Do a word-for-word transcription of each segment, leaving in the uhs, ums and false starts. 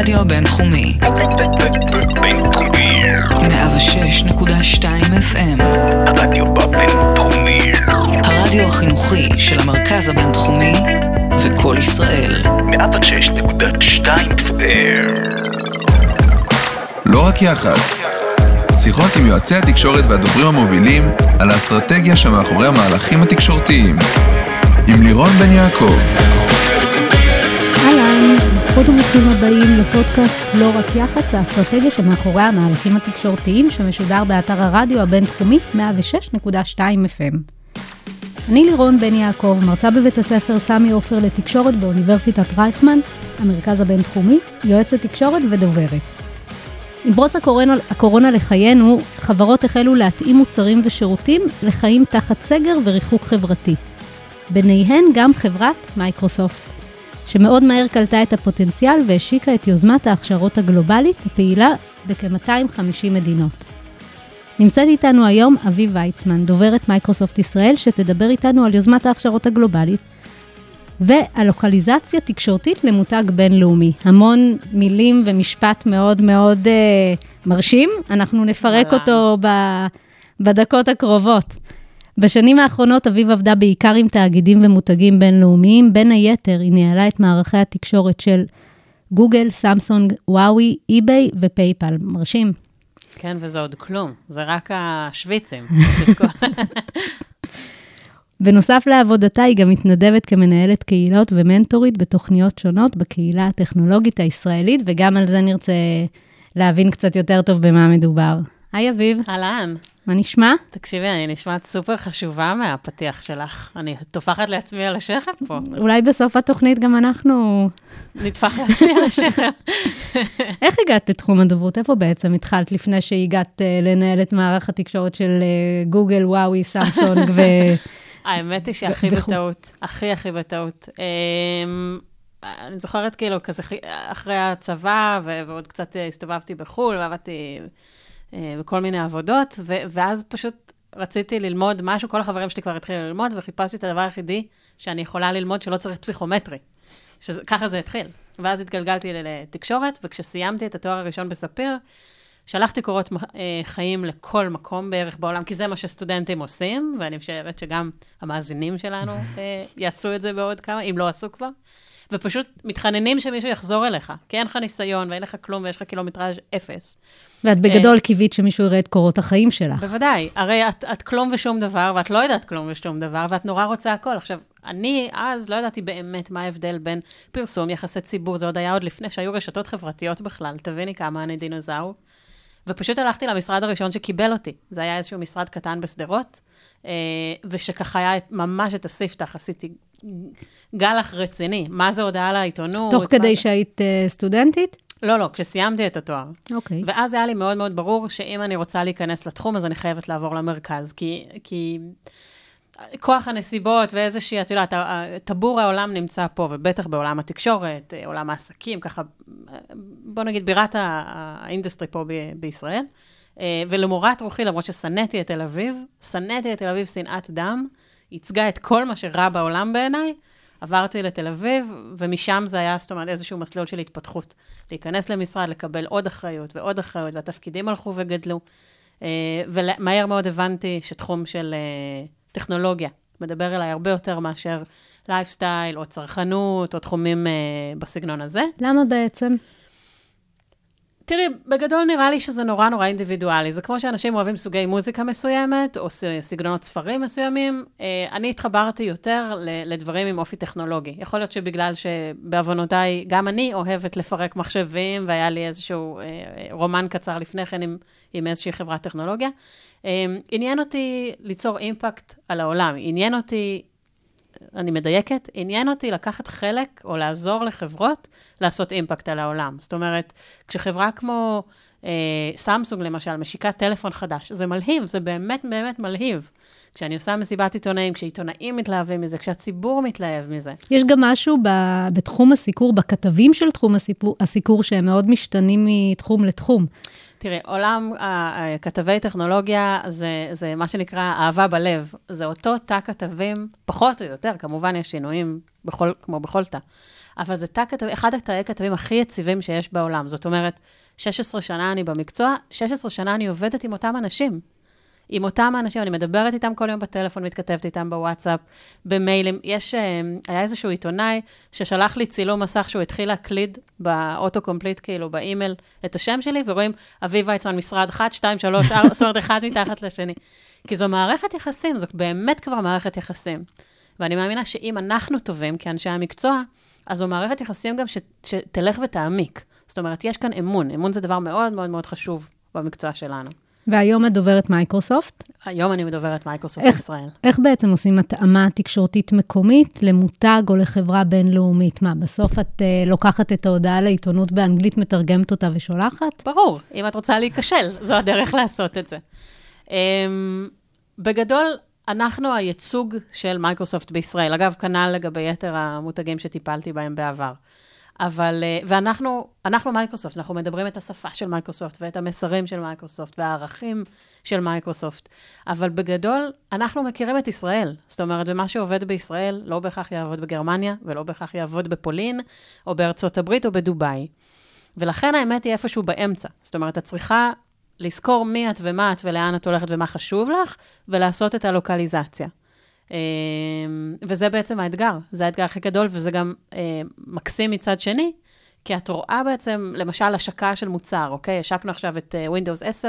הרדיו הבינתחומי. בינתחומי. מאה ושש נקודה שתיים אף אם. הרדיו הבינתחומי. הרדיו החינוכי של המרכז הבינתחומי וכל ישראל. מאה ושש נקודה שתיים אף אם. לא רק יח"צ. שיחות עם יועצי התקשורת והדוברים המובילים על האסטרטגיה שמאחורי המהלכים התקשורתיים. עם לירון בן יעקב. אהלן, ברוכות וברוכים הבאים לפודקאסט לא רק יח"צ, האסטרטגיה שמאחורי המהלכים התקשורתיים שמשודר באתר הרדיו הבינתחומי מאה ושש נקודה שתיים אף אם. אני לירון בן יעקב, מרצה בבית הספר סמי עופר לתקשורת באוניברסיטת רייכמן, המרכז הבינתחומי, יועצת תקשורת ודוברת. עם פרוץ הקורונה, הקורונה לחיינו, חברות החלו להתאים מוצרים ושירותים לחיים תחת סגר וריחוק חברתי. ביניהן גם חברת מייקרוסופט, שמאוד מהר קלטה את הפוטנציאל והשיקה את יוזמת ההכשרות הגלובלית הפעילה בכ-מאתיים וחמישים מדינות. נמצאת איתנו היום אביב ויצמן, דוברת מייקרוסופט ישראל, שתדבר איתנו על יוזמת ההכשרות הגלובלית, ועל לוקליזציה תקשורתית למותג בינלאומי. המון מילים ומשפט מאוד מאוד אה, מרשים, אנחנו נפרק אותו ב- בדקות הקרובות. בשנים האחרונות אביב עבדה בעיקר עם תאגידים ומותגים בינלאומיים, בין היתר היא ניהלה את מערכי התקשורת של גוגל, סמסונג, וואוי, איביי ופייפל. מרשים. כן, וזה עוד כלום, זה רק השוויצים. בנוסף לעבודתה, היא גם מתנדבת כמנהלת קהילות ומנטורית בתוכניות שונות בקהילה הטכנולוגית הישראלית, וגם על זה נרצה להבין קצת יותר טוב במה מדובר. היי אביב. אהלן. מה נשמע? תקשיבי, אני נשמעת סופר חשובה מהפתיח שלך. אני תופחת לעצמי על השכם פה. אולי בסוף התוכנית גם אנחנו... נתפח לעצמי על השכם. איך הגעת לתחום הדוברות? איפה בעצם התחלת לפני שהגעת לנהל את מערך התקשורת של גוגל, וואוי, סמסונג ו... האמת היא שהכי בטעות, הכי הכי בטעות. אני זוכרת כאילו כזה אחרי הצבא, ועוד קצת הסתובבתי בחול, ועבדתי בכל מיני עבודות, ואז פשוט רציתי ללמוד משהו, כל החברים שלי כבר התחילו ללמוד, וחיפשתי את הדבר היחידי שאני יכולה ללמוד שלא צריך פסיכומטרי. ככה זה התחיל. ואז התגלגלתי לתקשורת, וכשסיימתי את התואר הראשון בספיר, שלחתי קורות חיים לכל מקום בערך בעולם, כי זה מה שסטודנטים עושים, ואני משערת שגם המאזינים שלנו יעשו את זה בעוד כמה, אם לא עשו כבר, ופשוט מתחננים שמישהו יחזור אליך, כי אין לך ניסיון ואין לך כלום, ויש לך קילומטראז' אפס. ואת בגדול קיווית שמישהו יראה את קורות החיים שלך. בוודאי, הרי את, את כלום ושום דבר, ואת לא יודעת כלום ושום דבר, ואת נורא רוצה הכל. עכשיו, אני אז לא ידעתי באמת מה ההבדל בין פרסום, יחסי ציבור, זה עוד היה עוד לפני שהיו רשתות חברתיות בכלל, תביני כמה אני דינוזאור. ופשוט הלכתי למשרד הראשון שקיבל אותי. זה היה איזשהו משרד קטן בסדרות, ושככה היה ממש את הספתח, עשיתי גלח רציני. מה זה הודעה לעיתונות? תוך כדי שהיית סטודנטית? לא, לא, כשסיימתי את התואר. אוקיי. ואז היה לי מאוד מאוד ברור שאם אני רוצה להיכנס לתחום, אז אני חייבת לעבור למרכז, כי, כי כוח הנסיבות ואיזושהי, את יודעת, טבור העולם נמצא פה, ובטח בעולם התקשורת, עולם העסקים, ככה, בוא נגיד, בירת האינדסטרי פה ב- בישראל. ולמורת רוחי, למרות שסניתי את תל אביב, סניתי את תל אביב שנאת דם, ייצגה את כל מה שרע בעולם בעיניי, עברתי לתל אביב, ומשם זה היה, זאת אומרת, איזשהו מסלול של התפתחות. להיכנס למשרד, לקבל עוד אחריות ועוד אחריות, והתפקידים הלכו וגדלו. ומהר מאוד הבנתי שתחום של טכנולוגיה מדבר אליי הרבה יותר מאשר לייפסטייל, או צרכנות, או תחומים בסגנון הזה. למה בעצם? תראי, בגדול נראה לי שזה נורא נורא אינדיבידואלי. זה כמו שאנשים אוהבים סוגי מוזיקה מסוימת, או סגנונות ספרים מסוימים. אני התחברתי יותר לדברים עם אופי טכנולוגי. יכול להיות שבגלל שבעוונותיי, גם אני אוהבת לפרק מחשבים, והיה לי איזשהו רומן קצר לפני כן עם, עם איזושהי חברת טכנולוגיה. עניין אותי ליצור אימפקט על העולם. עניין אותי, אני מדייקת, עניין אותי לקחת חלק או לעזור לחברות לעשות אימפקט על העולם. זאת אומרת, כשחברה כמו אה, סמסונג למשל, משיקה טלפון חדש, זה מלהיב, זה באמת באמת מלהיב. כשאני עושה מסיבת עיתונאים, כשעיתונאים מתלהבים מזה, כשהציבור מתלהב מזה. יש גם משהו ב- בתחום הסיקור, בכתבים של תחום הסיפור, הסיקור, שהם מאוד משתנים מתחום לתחום. תראי, עולם כתבי טכנולוגיה זה, זה מה שנקרא אהבה בלב. זה אותו תא כתבים, פחות או יותר, כמובן יש שינויים בכל, כמו בכל תא. אבל זה תא כתבים, אחד התאי כתבים הכי יציבים שיש בעולם. זאת אומרת, שש עשרה שנה אני במקצוע, שש עשרה שנה אני עובדת עם אותם אנשים. עם אותם האנשים, אני מדברת איתם כל יום בטלפון, מתכתבת איתם בוואטסאפ, במיילים. יש, היה איזשהו עיתונאי ששלח לי צילום מסך שהוא התחיל להקליד באוטו-קומפליט, כאילו, באימייל, את השם שלי, ורואים אביב ויצמן, משרד אחת, שתיים, שלוש, ארבע, זאת אומרת, אחד מתחת לשני. כי זו מערכת יחסים, זו באמת כבר מערכת יחסים. ואני מאמינה שאם אנחנו טובים, כאנשי המקצוע, אז זו מערכת יחסים גם ש, שתלך ותעמיק. זאת אומרת, יש כאן אמון. אמון זה דבר מאוד מאוד מאוד חשוב במקצוע שלנו. והיום את דוברת מייקרוסופט? היום אני מדוברת מייקרוסופט איך, ישראל. איך בעצם עושים התאמה תקשורתית מקומית למותג או לחברה בינלאומית? מה, בסוף את uh, לוקחת את ההודעה לעיתונות באנגלית, מתרגמת אותה ושולחת? ברור, אם את רוצה להיכשל, זו הדרך לעשות את זה. Um, בגדול, אנחנו הייצוג של מייקרוסופט בישראל. אגב, כנ"ל לגבי יתר המותגים שטיפלתי בהם בעבר. אבל, ואנחנו, אנחנו מייקרוסופט, אנחנו מדברים את השפה של מייקרוסופט, ואת המסרים של מייקרוסופט, והערכים של מייקרוסופט. אבל בגדול, אנחנו מכירים את ישראל. זאת אומרת, ומה שעובד בישראל, לא בהכרח יעבוד בגרמניה, ולא בהכרח יעבוד בפולין, או בארצות הברית, או בדוביי. ולכן האמת היא איפשהו באמצע. זאת אומרת, את צריכה לזכור מי את ומה את, ולאן את הולכת ומה חשוב לך, ולעשות את הלוקליזציה. וזה בעצם האתגר, זה האתגר הכי גדול, וזה גם מקסים מצד שני, כי את רואה בעצם, למשל, השקה של מוצר, אוקיי? השקנו עכשיו את ווינדוס עשר,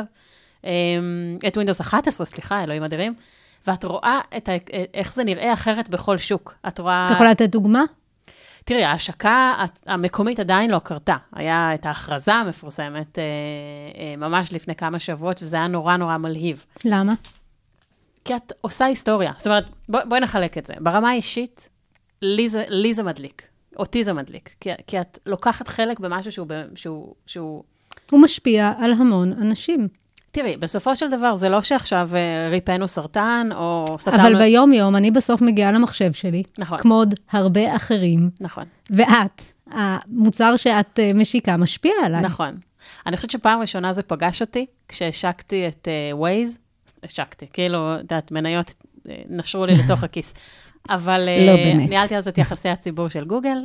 את ווינדוס אחת עשרה, סליחה, אלוהים אדירים, ואת רואה את, איך זה נראה אחרת בכל שוק. את רואה... את יכולה לתת דוגמה? תראי, ההשקה המקומית עדיין לא קרתה. היה את ההכרזה המפורסמת ממש לפני כמה שבועות, וזה היה נורא נורא מלהיב. למה? כי את עושה היסטוריה. זאת אומרת, בוא, בואי נחלק את זה. ברמה האישית, לי זה, לי זה מדליק. אותי זה מדליק. כי, כי את לוקחת חלק במשהו שהוא, שהוא, שהוא... הוא משפיע על המון אנשים. תראי, בסופו של דבר, זה לא שעכשיו ריפאנו סרטן, או סרטן... אבל ביום יום, אני בסוף מגיעה למחשב שלי. נכון. כמו עוד הרבה אחרים. נכון. ואת, המוצר שאת משיקה, משפיע עליי. נכון. אני חושבת שפעם ראשונה זה פגש אותי, כשהשקתי את uh, Waze, השקתי, כאילו, דעת, מניות נשרו לי לתוך הכיס. אבל לא באמת. ניהלתי אז את יחסי הציבור של גוגל,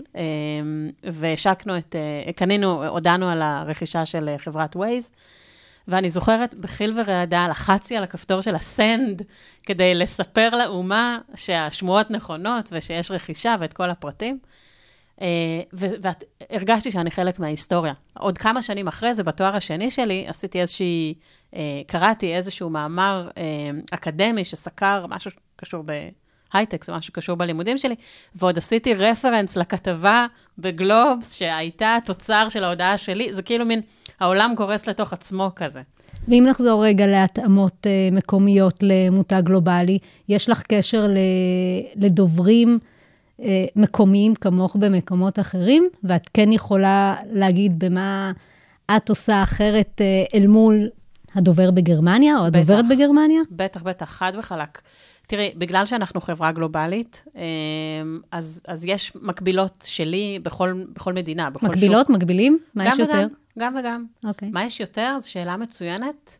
והשקנו את, קנינו, הודענו על הרכישה של חברת Waze, ואני זוכרת, בחיל ורעדה, לחצתי על הכפתור של הסנד, כדי לספר לאומה שהשמועות נכונות, ושיש רכישה ואת כל הפרטים, והרגשתי שאני חלק מההיסטוריה. עוד כמה שנים אחרי זה, בתואר השני שלי, עשיתי איזושהי, קראתי איזשהו מאמר אקדמי שסקר משהו קשור בהייטק, זה משהו קשור בלימודים שלי, ועוד עשיתי רפרנס לכתבה בגלובס, שהייתה תוצר של ההודעה שלי, זה כאילו מין, העולם קורס לתוך עצמו כזה. ואם נחזור רגע להתאמות מקומיות למותג גלובלי, יש לך קשר לדוברים מקומיים כמוך במקומות אחרים, ואת כן יכולה להגיד במה את עושה אחרת אל מול הדובר בגרמניה, או הדוברת בטח, בגרמניה? בטח, בטח, חד וחלק. תראי, בגלל שאנחנו חברה גלובלית, אז, אז יש מקבילות שלי בכל, בכל מדינה, בכל מקבילות, שוק. מקבילים? מה יש יותר? גם וגם. אוקיי. מה יש יותר? זו שאלה מצוינת.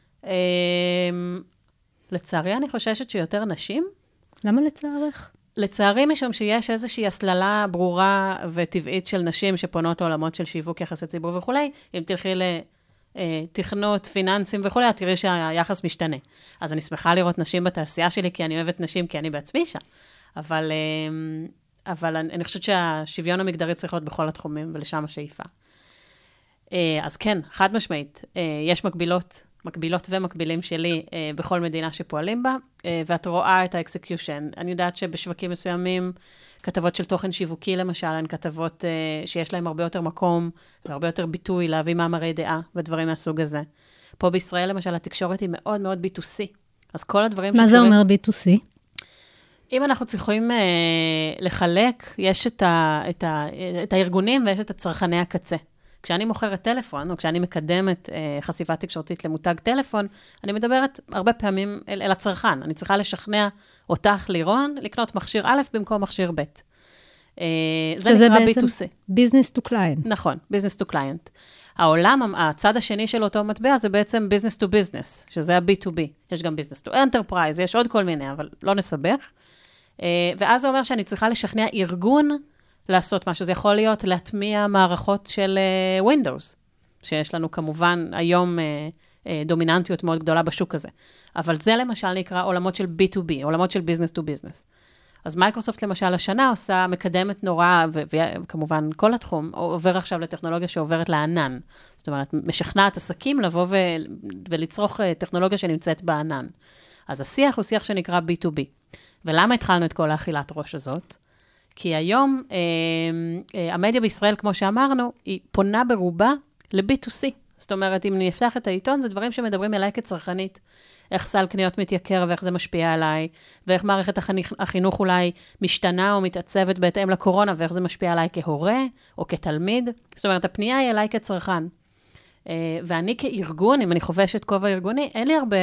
לצערי, אני חוששת שיותר נשים. למה לצערך? לצערי, משום שיש איזושהי הסללה ברורה וטבעית של נשים שפונות לעולמות של שיווק, יחסי ציבור וכולי. אם תלכי לתכנות, פיננסים וכולי, את תראי שהיחס משתנה. אז אני שמחה לראות נשים בתעשייה שלי, כי אני אוהבת נשים, כי אני בעצמי אישה. אבל, אבל אני, אני חושבת שהשוויון המגדרי צריך להיות בכל התחומים, ולשם השאיפה. אז כן, חד משמעית, יש מקבילות, מקבילות ומקבילים שלי בכל מדינה שפועלים בה, ואת רואה את האקסקיושן. אני יודעת שבשווקים מסוימים, כתבות של תוכן שיווקי למשל, הן כתבות שיש להן הרבה יותר מקום, והרבה יותר ביטוי להביא מאמרי דעה ודברים מהסוג הזה. פה בישראל למשל, התקשורת היא מאוד מאוד בי טו סי. אז כל הדברים מה שקשורים... זה אומר בי טו סי? אם אנחנו צריכים אה, לחלק, יש את, ה, את, ה, את הארגונים ויש את הצרכני הקצה. כשאני מוכרת טלפון, או כשאני מקדמת אה, חשיפה תקשורתית למותג טלפון, אני מדברת הרבה פעמים אל, אל הצרכן. אני צריכה לשכנע אותך, לירון, לקנות מכשיר א' במקום מכשיר ב'. אה, זה נקרא בי טו סי. business to client. נכון, business to client. העולם, הצד השני של אותו מטבע, זה בעצם business to business, שזה ה-בי טו בי. יש גם business to enterprise, יש עוד כל מיני, אבל לא נסבך. ואז זה אומר שאני צריכה לשכנע ארגון לעשות משהו. זה יכול להיות להטמיע מערכות של uh, Windows, שיש לנו כמובן היום uh, uh, דומיננטיות מאוד גדולה בשוק הזה. אבל זה למשל נקרא עולמות של בי טו בי, עולמות של business to business. אז מייקרוסופט למשל השנה עושה, מקדמת נורא, וכמובן כל התחום, עובר עכשיו לטכנולוגיה שעוברת לענן. זאת אומרת, משכנעת עסקים לבוא ו- ולצרוך טכנולוגיה שנמצאת בענן. אז השיח הוא שיח שנקרא בי טו בי. ולמה התחלנו את כל האכילת ראש הזאת? כי היום, אה, אה, המדיה בישראל, כמו שאמרנו, היא פונה ברובה ל-בי טו סי. זאת אומרת, אם נפתח את העיתון, זה דברים שמדברים אליי כצרכנית. איך סל קניות מתייקר ואיך זה משפיע עליי, ואיך מערכת החינוך, החינוך אולי משתנה או מתעצבת בהתאם לקורונה, ואיך זה משפיע עליי כהורה או כתלמיד. זאת אומרת, הפנייה היא אליי כצרכן. ואני כארגון, אם אני חובשת כובע ארגוני, אין לי הרבה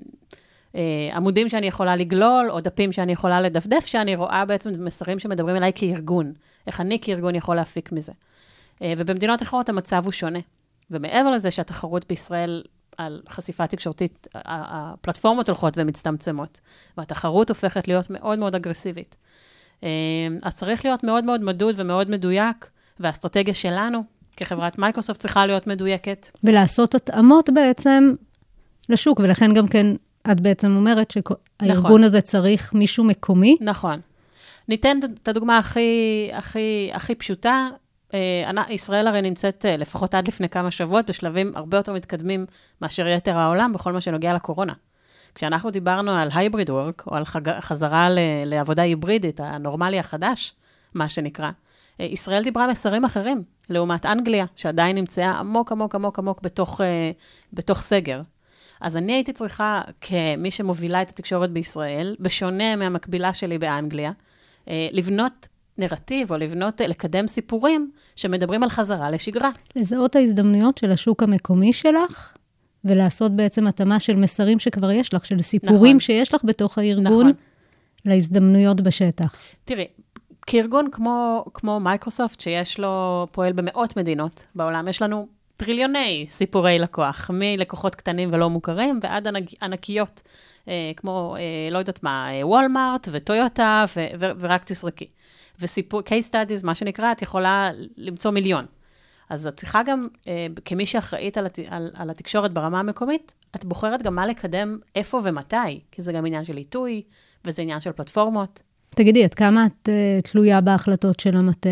עמודים שאני יכולה לגלול, או דפים שאני יכולה לדפדף, שאני רואה בעצם מסרים שמדברים אליי כארגון. איך אני כארגון יכול להפיק מזה. ובמדינות אחרות המצב הוא שונה. ומעבר לזה שהתחרות בישראל על חשיפה תקשורתית, הפלטפורמות הולכות ומצטמצמות, והתחרות הופכת להיות מאוד מאוד אגרסיבית. אז צריך להיות מאוד מאוד מדוד ומאוד מדויק, והאסטרטגיה שלנו, כחברת מייקרוסופט, צריכה להיות מדויקת. ולעשות התאמות בעצם לשוק, ולכן גם כן, את בעצם אומרת שהארגון נכון. הזה צריך מישהו מקומי. נכון. ניתן את הדוגמה הכי, הכי, הכי פשוטה, ישראל הרי נמצאת לפחות עד לפני כמה שבועות, בשלבים הרבה יותר מתקדמים מאשר יתר העולם, בכל מה שנוגע לקורונה. כשאנחנו דיברנו על הייבריד וורק, או על חזרה לעבודה היברידית, הנורמלי החדש, מה שנקרא, ישראל דיברה מסרים אחרים, לעומת אנגליה, שעדיין נמצאה עמוק, עמוק, עמוק, עמוק בתוך, בתוך סגר. אז אני הייתי צריכה, כמי שמובילה את התקשורת בישראל, בשונה מהמקבילה שלי באנגליה, לבנות נרטיב, או לבנות, לקדם סיפורים שמדברים על חזרה לשגרה. לזהות ההזדמנויות של השוק המקומי שלך, ולעשות בעצם התאמה של מסרים שכבר יש לך, של סיפורים נכון. שיש לך בתוך הארגון, נכון. להזדמנויות בשטח. תראי, כארגון כמו, כמו מייקרוסופט, שיש לו פועל במאות מדינות בעולם, יש לנו טריליוני סיפורי לקוח, מלקוחות קטנים ולא מוכרים, ועד ענק, ענקיות, אה, כמו, אה, לא יודעת מה, וולמארט וטויוטה, ו, ו, ורק תסרקי. וסיפור, case studies, מה שנקרא, את יכולה למצוא מיליון. אז את צריכה גם, אה, כמי שאחראית על, הת, על, על התקשורת ברמה המקומית, את בוחרת גם מה לקדם, איפה ומתי, כי זה גם עניין של עיתוי, וזה עניין של פלטפורמות. תגידי, עד כמה את uh, תלויה בהחלטות של המטה?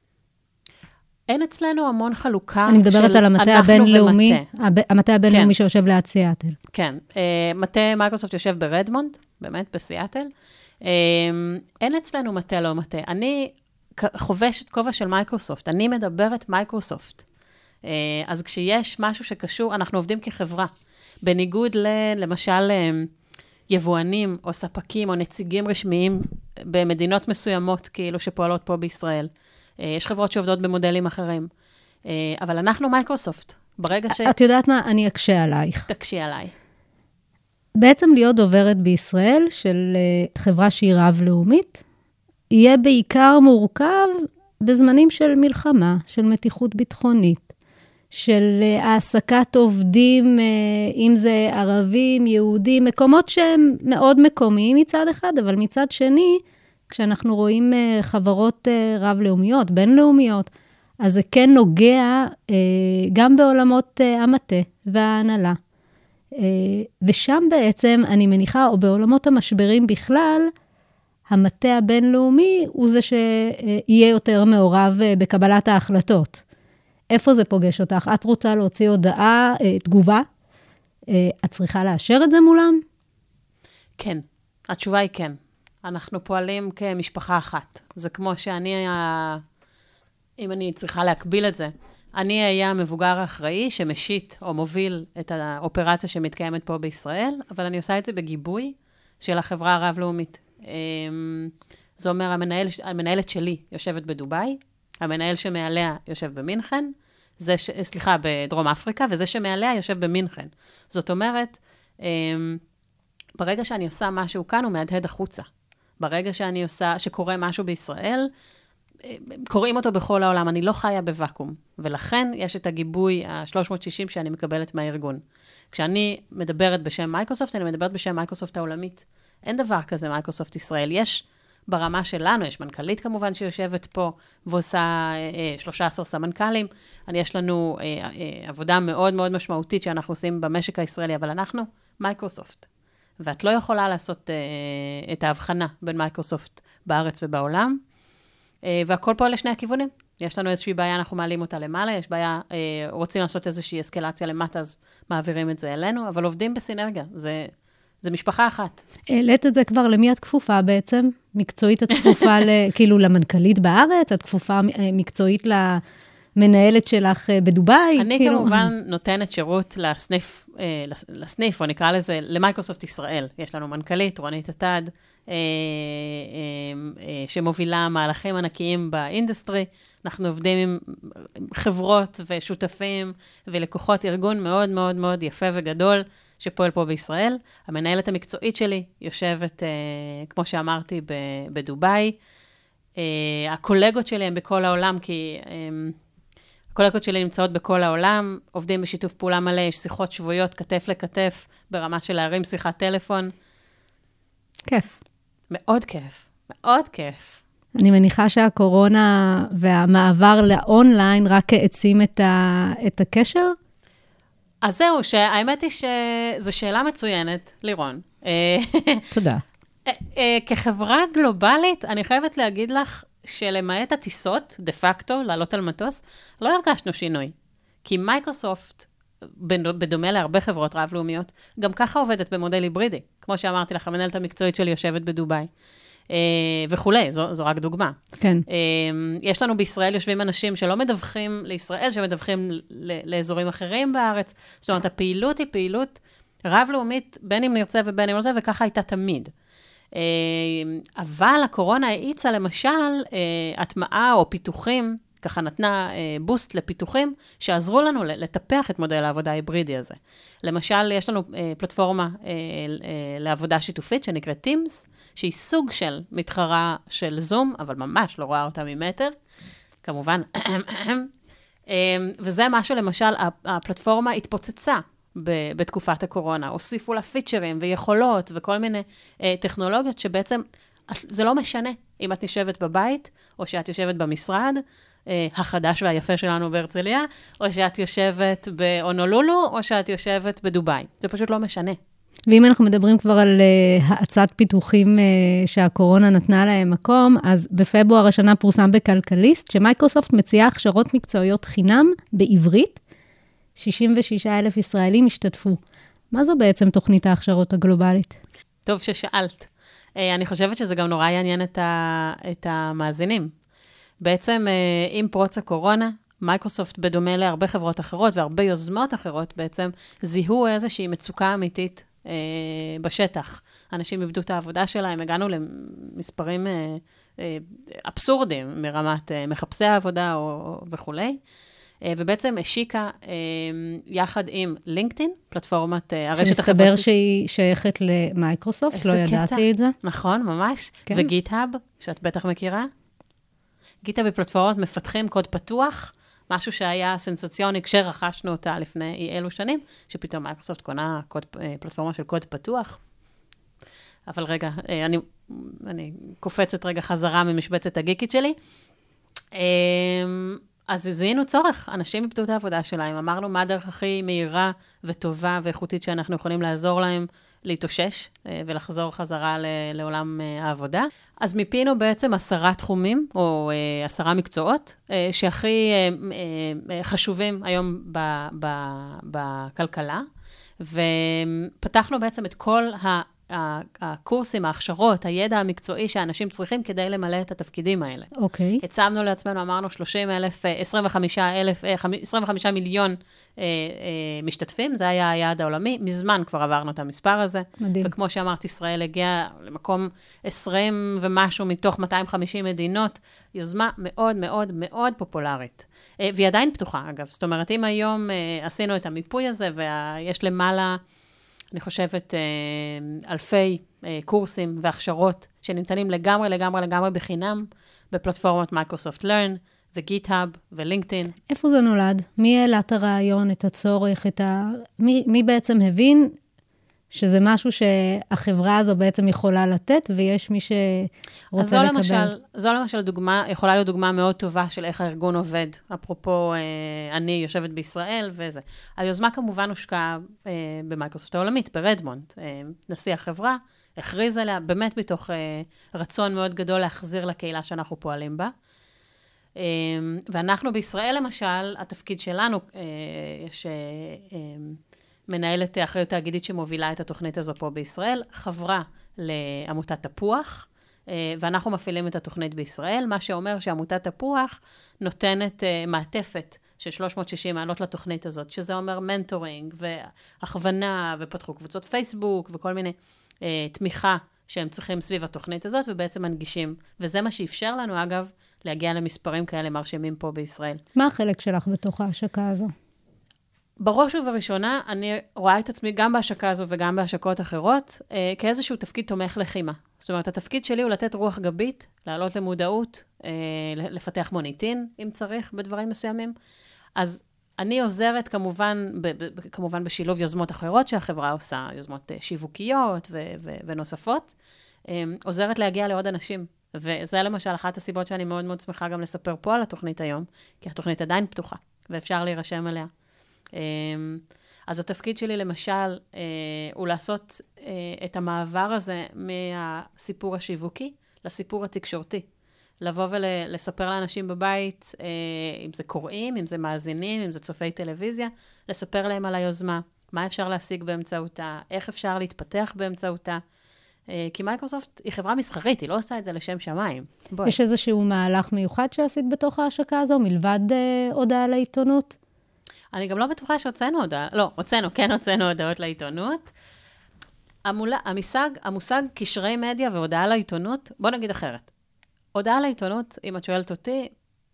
אין אצלנו המון חלוקה אני מדברת על המטה הבינלאומי, הב, המטה הבינלאומי כן. שיושב ליד סיאטל. כן, uh, מטה מייקרוסופט יושב ברדמונד, באמת בסיאטל, אין אצלנו מטה לא מטה. אני חובשת כובע של מייקרוסופט, אני מדברת מייקרוסופט. אז כשיש משהו שקשור, אנחנו עובדים כחברה. בניגוד ל, למשל, יבואנים או ספקים או נציגים רשמיים במדינות מסוימות, כאילו שפועלות פה בישראל. יש חברות שעובדות במודלים אחרים. אבל אנחנו מייקרוסופט. ברגע ש... את יודעת מה? אני אקשה עלייך. תקשי עליי. בעצם להיות דוברת בישראל של חברה שהיא רב-לאומית, יהיה בעיקר מורכב בזמנים של מלחמה, של מתיחות ביטחונית, של העסקת עובדים, אם זה ערבים, יהודים, מקומות שהם מאוד מקומיים מצד אחד, אבל מצד שני, כשאנחנו רואים חברות רב-לאומיות, בינלאומיות, אז זה כן נוגע גם בעולמות המטה וההנהלה. ושם בעצם, אני מניחה, או בעולמות המשברים בכלל, המטה הבינלאומי הוא זה שיהיה יותר מעורב בקבלת ההחלטות. איפה זה פוגש אותך? את רוצה להוציא הודעה, תגובה? את צריכה לאשר את זה מולם? כן, התשובה היא כן. אנחנו פועלים כמשפחה אחת. זה כמו שאני, אם אני צריכה להקביל את זה, אני היה המבוגר האחראי שמשיט או מוביל את האופרציה שמתקיימת פה בישראל, אבל אני עושה את זה בגיבוי של החברה הרב-לאומית. זה אומר, המנהל, המנהלת שלי יושבת בדוביי, המנהל שמעליה יושב במינכן, זה ש, סליחה, בדרום אפריקה, וזה שמעליה יושב במינכן. זאת אומרת, ברגע שאני עושה משהו כאן, הוא מהדהד החוצה. ברגע שאני עושה, שקורה משהו בישראל, קוראים אותו בכל העולם, אני לא חיה בוואקום, ולכן יש את הגיבוי ה-שלוש מאות שישים שאני מקבלת מהארגון. כשאני מדברת בשם מייקרוסופט, אני מדברת בשם מייקרוסופט העולמית. אין דבר כזה מייקרוסופט ישראל. יש ברמה שלנו, יש מנכ"לית כמובן שיושבת פה, ועושה שלושה עשר סמנכ"לים, יש לנו עבודה מאוד מאוד משמעותית שאנחנו עושים במשק הישראלי, אבל אנחנו מייקרוסופט, ואת לא יכולה לעשות את ההבחנה בין מייקרוסופט בארץ ובעולם, והכל פה לשני הכיוונים. יש לנו איזושהי בעיה, אנחנו מעלים אותה למעלה, יש בעיה, רוצים לעשות איזושהי אסקלציה למטה, אז מעבירים את זה אלינו, אבל עובדים בסינרגיה, זה, זה משפחה אחת. העלית את זה כבר, למי את כפופה בעצם? מקצועית את כפופה כאילו למנכ"לית בארץ? את כפופה מקצועית למנהלת שלך בדובאי? אני כאילו... כמובן נותנת שירות לסניף, לסניף, או נקרא לזה, למייקרוסופט ישראל. יש לנו מנכ"לית, רונית עתד, שמובילה מהלכים ענקיים באינדסטרי. אנחנו עובדים עם חברות ושותפים ולקוחות, ארגון מאוד מאוד מאוד יפה וגדול, שפועל פה בישראל. המנהלת המקצועית שלי יושבת, כמו שאמרתי, בדובאי. הקולגות שלי הם בכל העולם, כי הקולגות שלי נמצאות בכל העולם, עובדים בשיתוף פעולה מלא, יש שיחות שבועיות, כתף לכתף, ברמה של להרים שיחת טלפון. כיף. מאוד כיף, מאוד כיף. אני מניחה שהקורונה והמעבר לאונליין רק העצים את, ה, את הקשר? אז זהו, שהאמת היא שזו שאלה מצוינת, לירון. תודה. כחברה גלובלית, אני חייבת להגיד לך שלמעט הטיסות, דה פקטו, לעלות על מטוס, לא הרגשנו שינוי. כי מייקרוסופט, בדומה להרבה חברות רב-לאומיות, גם ככה עובדת במודל היברידי. כמו שאמרתי לך, המנהלת המקצועית שלי יושבת בדובאי. וכולי, זו, זו רק דוגמה. כן. יש לנו בישראל יושבים אנשים שלא מדווחים לישראל, שמדווחים לאזורים אחרים בארץ. זאת אומרת, הפעילות היא פעילות רב-לאומית, בין אם נרצה ובין אם נרצה, וככה הייתה תמיד. אבל הקורונה האיצה למשל, הטמעה או פיתוחים, ככה נתנה בוסט לפיתוחים, שעזרו לנו לטפח את מודל העבודה ההיברידי הזה. למשל, יש לנו פלטפורמה לעבודה שיתופית שנקראת Teams, שהיא סוג של מתחרה של זום, אבל ממש לא רואה אותה ממטר, כמובן. וזה משהו, למשל, הפלטפורמה התפוצצה בתקופת הקורונה, הוסיפו לה פיצ'רים ויכולות וכל מיני טכנולוגיות שבעצם, זה לא משנה אם את יושבת בבית, או שאת יושבת במשרד, החדש והיפה שלנו בהרצליה, או שאת יושבת באונולולו, או שאת יושבת בדובאי. זה פשוט לא משנה. ואם אנחנו מדברים כבר על uh, האצת פיתוחים uh, שהקורונה נתנה להם מקום, אז בפברואר השנה פורסם בכלכליסט, שמייקרוסופט מציעה הכשרות מקצועיות חינם בעברית, שישים ושישה אלף ישראלים השתתפו. מה זו בעצם תוכנית ההכשרות הגלובלית? טוב ששאלת. Uh, אני חושבת שזה גם נורא יעניין את, ה, את המאזינים. בעצם uh, עם פרוץ הקורונה, מייקרוסופט בדומה להרבה חברות אחרות, והרבה יוזמות אחרות בעצם, זיהו איזושהי מצוקה אמיתית, בשטח. אנשים איבדו את העבודה שלהם, הגענו למספרים אבסורדים מרמת מחפשי העבודה וכולי, ובעצם השיקה יחד עם לינקדאין, פלטפורמת הרשת החברתית. שמסתבר שהיא שייכת למייקרוסופט, לא ידעתי את זה. נכון, ממש. וגיט-האב, שאת בטח מכירה. גיט-האב בפלטפורמת מפתחים קוד פתוח, משהו שהיה סנסציוני כשרכשנו אותה לפני אי אלו שנים, שפתאום מייקרוסופט קונה קוד, פלטפורמה של קוד פתוח. אבל רגע, אני, אני קופצת רגע חזרה ממשבצת הגיקית שלי. אז זיהינו צורך, אנשים איבדו את העבודה שלהם, אמרנו מה הדרך הכי מהירה וטובה ואיכותית שאנחנו יכולים לעזור להם להתאושש ולחזור חזרה לעולם העבודה. אז מיפינו בעצם עשרה תחומים, או עשרה מקצועות, שהכי חשובים היום בכלכלה, ופתחנו בעצם את כל הקורסים, ההכשרות, הידע המקצועי שאנשים צריכים כדי למלא את התפקידים האלה. אוקיי. הצמנו לעצמנו, אמרנו שלושים אלף, עשרים וחמישה אלף, עשרים וחמישה מיליון משתתפים, זה היה היעד העולמי, מזמן כבר עברנו את המספר הזה. מדהים. וכמו שאמרת, ישראל הגיעה למקום עשרים ומשהו מתוך מאתיים וחמישים מדינות, יוזמה מאוד מאוד מאוד פופולרית. והיא עדיין פתוחה, אגב. זאת אומרת, אם היום עשינו את המיפוי הזה, ויש למעלה, אני חושבת, אלפי קורסים והכשרות שניתנים לגמרי, לגמרי, לגמרי בחינם, בפלטפורמות מייקרוסופט לרן, וגיט-האב ולינקדאין. איפה זה נולד? מי העלה את הרעיון, את הצורך, את ה... מי, מי בעצם הבין שזה משהו שהחברה הזו בעצם יכולה לתת, ויש מי שרוצה זו לקבל. למשל, זו למשל דוגמה, יכולה להיות דוגמה מאוד טובה של איך הארגון עובד. אפרופו, אה, אני יושבת בישראל וזה. היוזמה כמובן הושקעה אה, במייקרוסופט העולמית, ברדמונד. אה, נשיא החברה הכריז עליה, באמת מתוך אה, רצון מאוד גדול להחזיר לקהילה שאנחנו פועלים בה. אה, ואנחנו בישראל למשל, התפקיד שלנו, אה, יש... אה, אה, מנהלת אחריות תאגידית שמובילה את התוכנית הזו פה בישראל, חברה לעמותת תפוח, ואנחנו מפעילים את התוכנית בישראל, מה שאומר שעמותת תפוח נותנת מעטפת של שלוש מאות ושישים מעלות לתוכנית הזאת, שזה אומר מנטורינג והכוונה, ופתחו קבוצות פייסבוק וכל מיני תמיכה שהם צריכים סביב התוכנית הזאת, ובעצם מנגישים. וזה מה שאפשר לנו, אגב, להגיע למספרים כאלה מרשימים פה בישראל. מה החלק שלך בתוך ההשקה הזו? בראש ובראשונה, אני רואה את עצמי גם בהשקה הזו וגם בהשקות אחרות, אה, כאיזשהו תפקיד תומך לחימה. זאת אומרת, התפקיד שלי הוא לתת רוח גבית, לעלות למודעות, אה, לפתח מוניטין, אם צריך, בדברים מסוימים. אז אני עוזרת כמובן, ב- ב- כמובן בשילוב יוזמות אחרות שהחברה עושה, יוזמות שיווקיות ו- ו- ונוספות, אה, עוזרת להגיע לעוד אנשים. וזה למשל אחת הסיבות שאני מאוד מאוד שמחה גם לספר פה על התוכנית היום, כי התוכנית עדיין פתוחה, ואפשר להירשם אליה. אז התפקיד שלי למשל הוא לעשות את המעבר הזה מהסיפור השיווקי לסיפור התקשורתי. לבוא ולספר לאנשים בבית, אם זה קוראים, אם זה מאזינים, אם זה צופי טלוויזיה, לספר להם על היוזמה, מה אפשר להשיג באמצעותה, איך אפשר להתפתח באמצעותה. כי מייקרוסופט היא חברה מסחרית, היא לא עושה את זה לשם שמיים. בואי. יש איזשהו מהלך מיוחד שעשית בתוך ההשקה הזו, מלבד הודעה לעיתונות? אני גם לא בטוחה שהוצאנו הודעה, לא, הוצאנו, כן הוצאנו הודעות לעיתונות. המולה, המושג, המושג קשרי מדיה והודעה לעיתונות, בוא נגיד אחרת. הודעה לעיתונות, אם את שואלת אותי,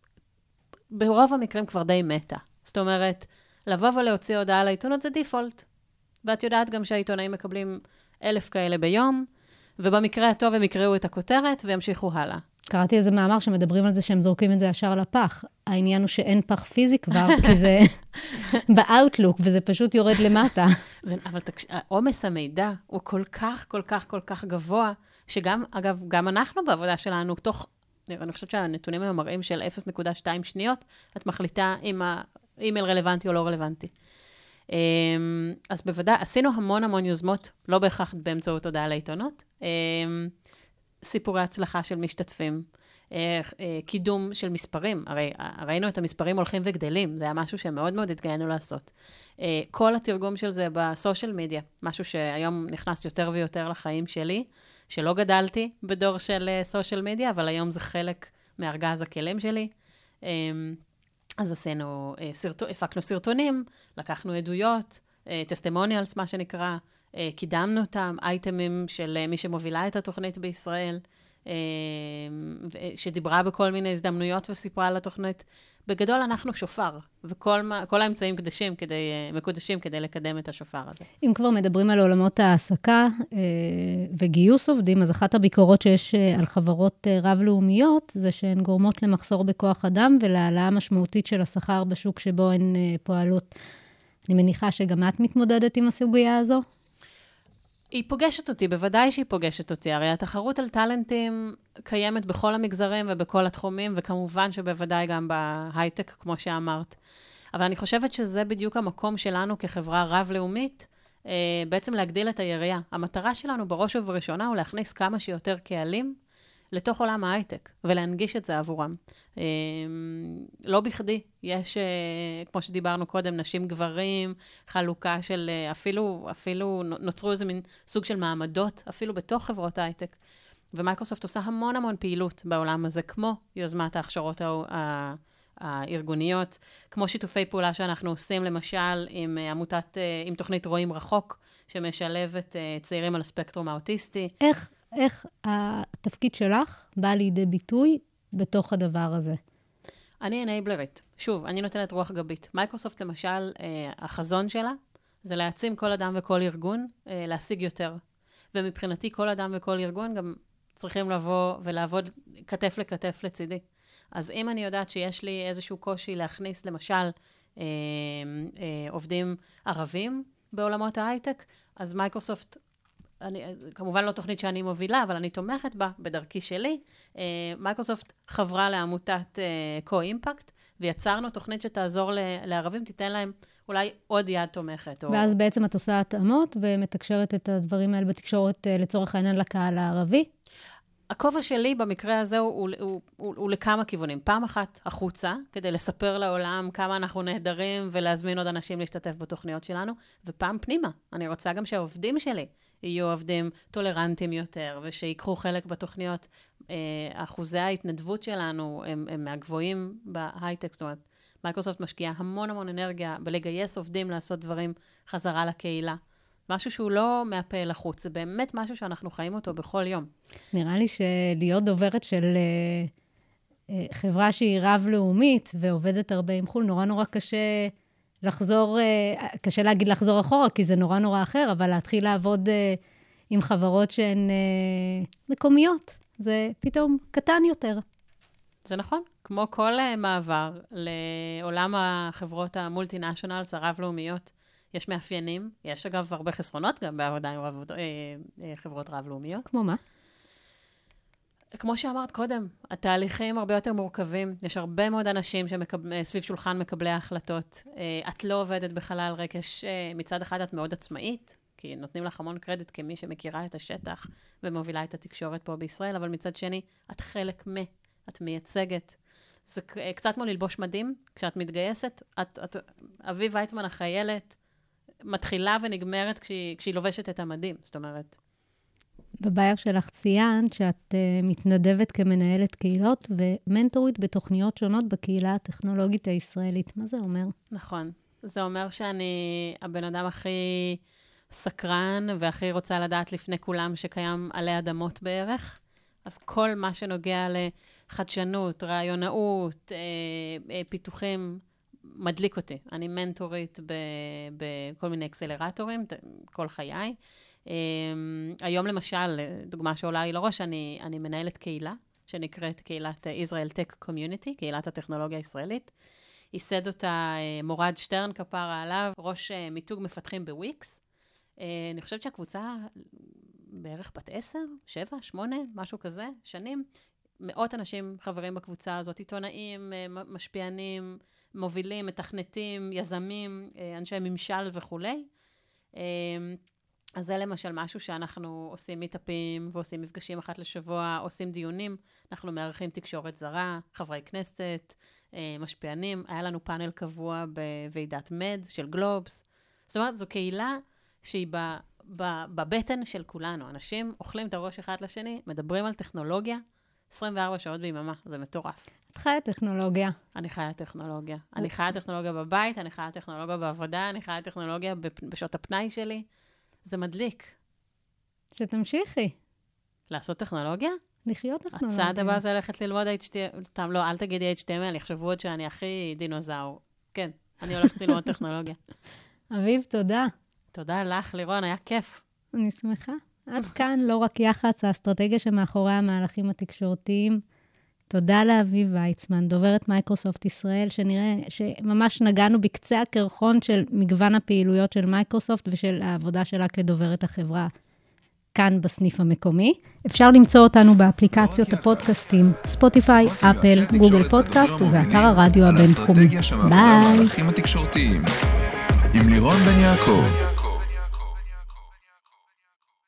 ברוב המקרים כבר די מתה. זאת אומרת, לבוא ולהוציא הודעה לעיתונות זה דיפולט. ואת יודעת גם שהעיתונאים מקבלים אלף כאלה ביום, ובמקרה הטוב הם יקראו את הכותרת וימשיכו הלאה. קראתי איזה מאמר שמדברים על זה שהם זורקים את זה ישר לפח. העניין הוא שאין פח פיזי כבר, כי זה באוטלוק, וזה פשוט יורד למטה. זה, אבל תקש... עומס המידע הוא כל כך, כל כך, כל כך גבוה, שגם, אגב, גם אנחנו בעבודה שלנו, תוך, אני חושבת שהנתונים הם מראים של אפס נקודה שתיים שניות, את מחליטה אם האימייל רלוונטי או לא רלוונטי. אז בוודאי, עשינו המון המון יוזמות, לא בהכרח באמצעות הודעה לעיתונות, סיפורי הצלחה של משתתפים, קידום של מספרים, הרי ראינו את המספרים הולכים וגדלים, זה היה משהו שמאוד מאוד התגיינו לעשות. כל התרגום של זה בסושיאל מדיה, משהו שהיום נכנס יותר ויותר לחיים שלי, שלא גדלתי בדור של סושיאל מדיה, אבל היום זה חלק מארגז הכלים שלי. אז עשינו, הפקנו סרטונים, לקחנו עדויות, טסטימוניאלס, מה שנקרא, קידמנו אותם, אייטמים של מי שמובילה את התוכנית בישראל, שדיברה בכל מיני הזדמנויות וסיפרה על התוכנית. בגדול אנחנו שופר, וכל מה, כל האמצעים קדשים כדי, מקודשים כדי לקדם את השופר הזה. אם כבר מדברים על עולמות העסקה וגיוס עובדים, אז אחת הביקורות שיש על חברות רב-לאומיות, זה שהן גורמות למחסור בכוח אדם ולהעלאה משמעותית של השכר בשוק שבו הן פועלות. אני מניחה שגם את מתמודדת עם הסוגיה הזו? היא פוגשת אותי, בוודאי שהיא פוגשת אותי. הרי התחרות על טלנטים קיימת בכל המגזרים ובכל התחומים, וכמובן שבוודאי גם בהייטק, כמו שאמרת. אבל אני חושבת שזה בדיוק המקום שלנו כחברה רב-לאומית, בעצם להגדיל את היריעה. המטרה שלנו בראש ובראשונה הוא להכניס כמה שיותר קהלים לתוך עולם ההייטק, ולהנגיש את זה עבורם. לא בכדי, יש, כמו שדיברנו קודם, נשים גברים, חלוקה של, אפילו, אפילו נוצרו איזה מין סוג של מעמדות, אפילו בתוך חברות ההייטק. ומייקרוסופט עושה המון המון פעילות בעולם הזה, כמו יוזמת ההכשרות הארגוניות, כמו שיתופי פעולה שאנחנו עושים, למשל, עם עמותת, עם תוכנית רואים רחוק, שמשלבת צעירים על הספקטרום האוטיסטי. איך? איך התפקיד שלך בא לידי ביטוי בתוך הדבר הזה? אני אנייבלרית. שוב, אני נותנת רוח גבית. מייקרוסופט, למשל, החזון שלה, זה להעצים כל אדם וכל ארגון, להשיג יותר. ומבחינתי, כל אדם וכל ארגון גם צריכים לבוא ולעבוד כתף לכתף לצידי. אז אם אני יודעת שיש לי איזשהו קושי להכניס, למשל, עובדים ערבים, בעולמות ההייטק, אז מייקרוסופט, אני, כמובן לא תוכנית שאני מובילה, אבל אני תומכת בה בדרכי שלי. מייקרוסופט חברה לעמותת קו-אימפקט, ויצרנו תוכנית שתעזור לערבים, תיתן להם אולי עוד יד תומכת. ואז או... בעצם את עושה התאמות ומתקשרת את הדברים האלה בתקשורת לצורך העניין לקהל הערבי? הכובע שלי במקרה הזה הוא, הוא, הוא, הוא, הוא לכמה כיוונים. פעם אחת החוצה, כדי לספר לעולם כמה אנחנו נהדרים ולהזמין עוד אנשים להשתתף בתוכניות שלנו, ופעם פנימה. אני רוצה גם שהעובדים שלי יהיו עובדים טולרנטיים יותר, ושיקחו חלק בתוכניות. אחוזי ההתנדבות שלנו הם, הם מהגבוהים בהייטק, זאת אומרת, מייקרוסופט משקיעה המון המון אנרגיה בלגייס עובדים לעשות דברים חזרה לקהילה. משהו שהוא לא מהפה לחוץ, זה באמת משהו שאנחנו חיים אותו בכל יום. נראה לי שלהיות דוברת של חברה שהיא רב-לאומית ועובדת הרבה עם חול, נורא נורא קשה לחזור, קשה להגיד לחזור אחורה, כי זה נורא נורא אחר, אבל להתחיל לעבוד עם חברות שהן מקומיות, זה פתאום קטן יותר. זה נכון, כמו כל מעבר לעולם החברות המולטי-נשיונלס, הרב-לאומיות, יש מאפיינים, יש אגב הרבה חסרונות גם בעבודה עם רב, אה, חברות רב-לאומיות. כמו מה? כמו שאמרת קודם, התהליכים הרבה יותר מורכבים, יש הרבה מאוד אנשים שמקב... סביב שולחן מקבלי ההחלטות, אה, את לא עובדת בחלל ריק, יש, אה, מצד אחד את מאוד עצמאית, כי נותנים לך המון קרדיט כמי שמכירה את השטח ומובילה את התקשורת פה בישראל, אבל מצד שני, את חלק מה, את מייצגת. זה קצת כמו ללבוש מדים, כשאת מתגייסת, את, את, אביב ויצמן החיילת, מתחילה ונגמרת כשהיא, כשהיא לובשת את המדים, זאת אומרת. בבייר שלך ציינת שאת uh, מתנדבת כמנהלת קהילות ומנטורית בתוכניות שונות בקהילה הטכנולוגית הישראלית. מה זה אומר? נכון. זה אומר שאני הבן אדם הכי סקרן והכי רוצה לדעת לפני כולם שקיים עלי אדמות בערך. אז כל מה שנוגע לחדשנות, רעיונאות, אה, אה, פיתוחים, מדליק אותי. אני מנטורית בכל מיני אקסלרטורים, כל חיי. היום למשל, דוגמה שעולה לי לראש, אני, אני מנהלת קהילה, שנקראת קהילת Israel Tech Community, קהילת הטכנולוגיה הישראלית. ייסד אותה מורד שטרן כפרה עליו, ראש מיתוג מפתחים בוויקס. אני חושבת שהקבוצה בערך בת עשר, שבע, שמונה, משהו כזה, שנים. מאות אנשים חברים בקבוצה הזאת, עיתונאים, משפיענים, מובילים, מתכנתים, יזמים, אנשי ממשל וכו'. אז זה למשל משהו שאנחנו עושים מיטאפים ועושים מפגשים אחת לשבוע, עושים דיונים, אנחנו מארחים תקשורת זרה, חברי כנסת, משפיענים. היה לנו פאנל קבוע בוועידת מד של גלובס. זאת אומרת, זו קהילה שהיא ב, ב, בבטן של כולנו. אנשים אוכלים את הראש אחד לשני, מדברים על טכנולוגיה, עשרים וארבע שעות ביממה, זה מטורף. את חיה טכנולוגיה. אני חיה טכנולוגיה. אני חיה טכנולוגיה בבית, אני חיה טכנולוגיה בעבודה, אני חיה טכנולוגיה בשעות הפנאי שלי. זה מדליק. שתמשיכי. לעשות טכנולוגיה? לחיות טכנולוגיה. הצעד הבא זה ללכת ללמוד אייץ' טי אם אל, סתם לא, אל תגידי אייץ' טי אם אל, יחשבו עוד שאני הכי דינוזאור. כן, אני הולכת ללמוד טכנולוגיה. אביב, תודה. תודה לך, לירון, היה כיף. אני שמחה. עד כאן לא רק יח"צ, האסטרטגיה שמאחורי המהלכים התקשורתיים. תודה לאביב ויצמן, דוברת מייקרוסופט ישראל, שנראה שממש נגענו בקצה הקרחון של מגוון הפעילויות של מייקרוסופט ושל העבודה שלה כדוברת החברה כאן בסניף המקומי. אפשר למצוא אותנו באפליקציות הפודקאסטים, ספוטיפיי, אפל, גוגל פודקאסט ובאתר הרדיו הבינתחומי. ביי. עם לירון בן יעקב.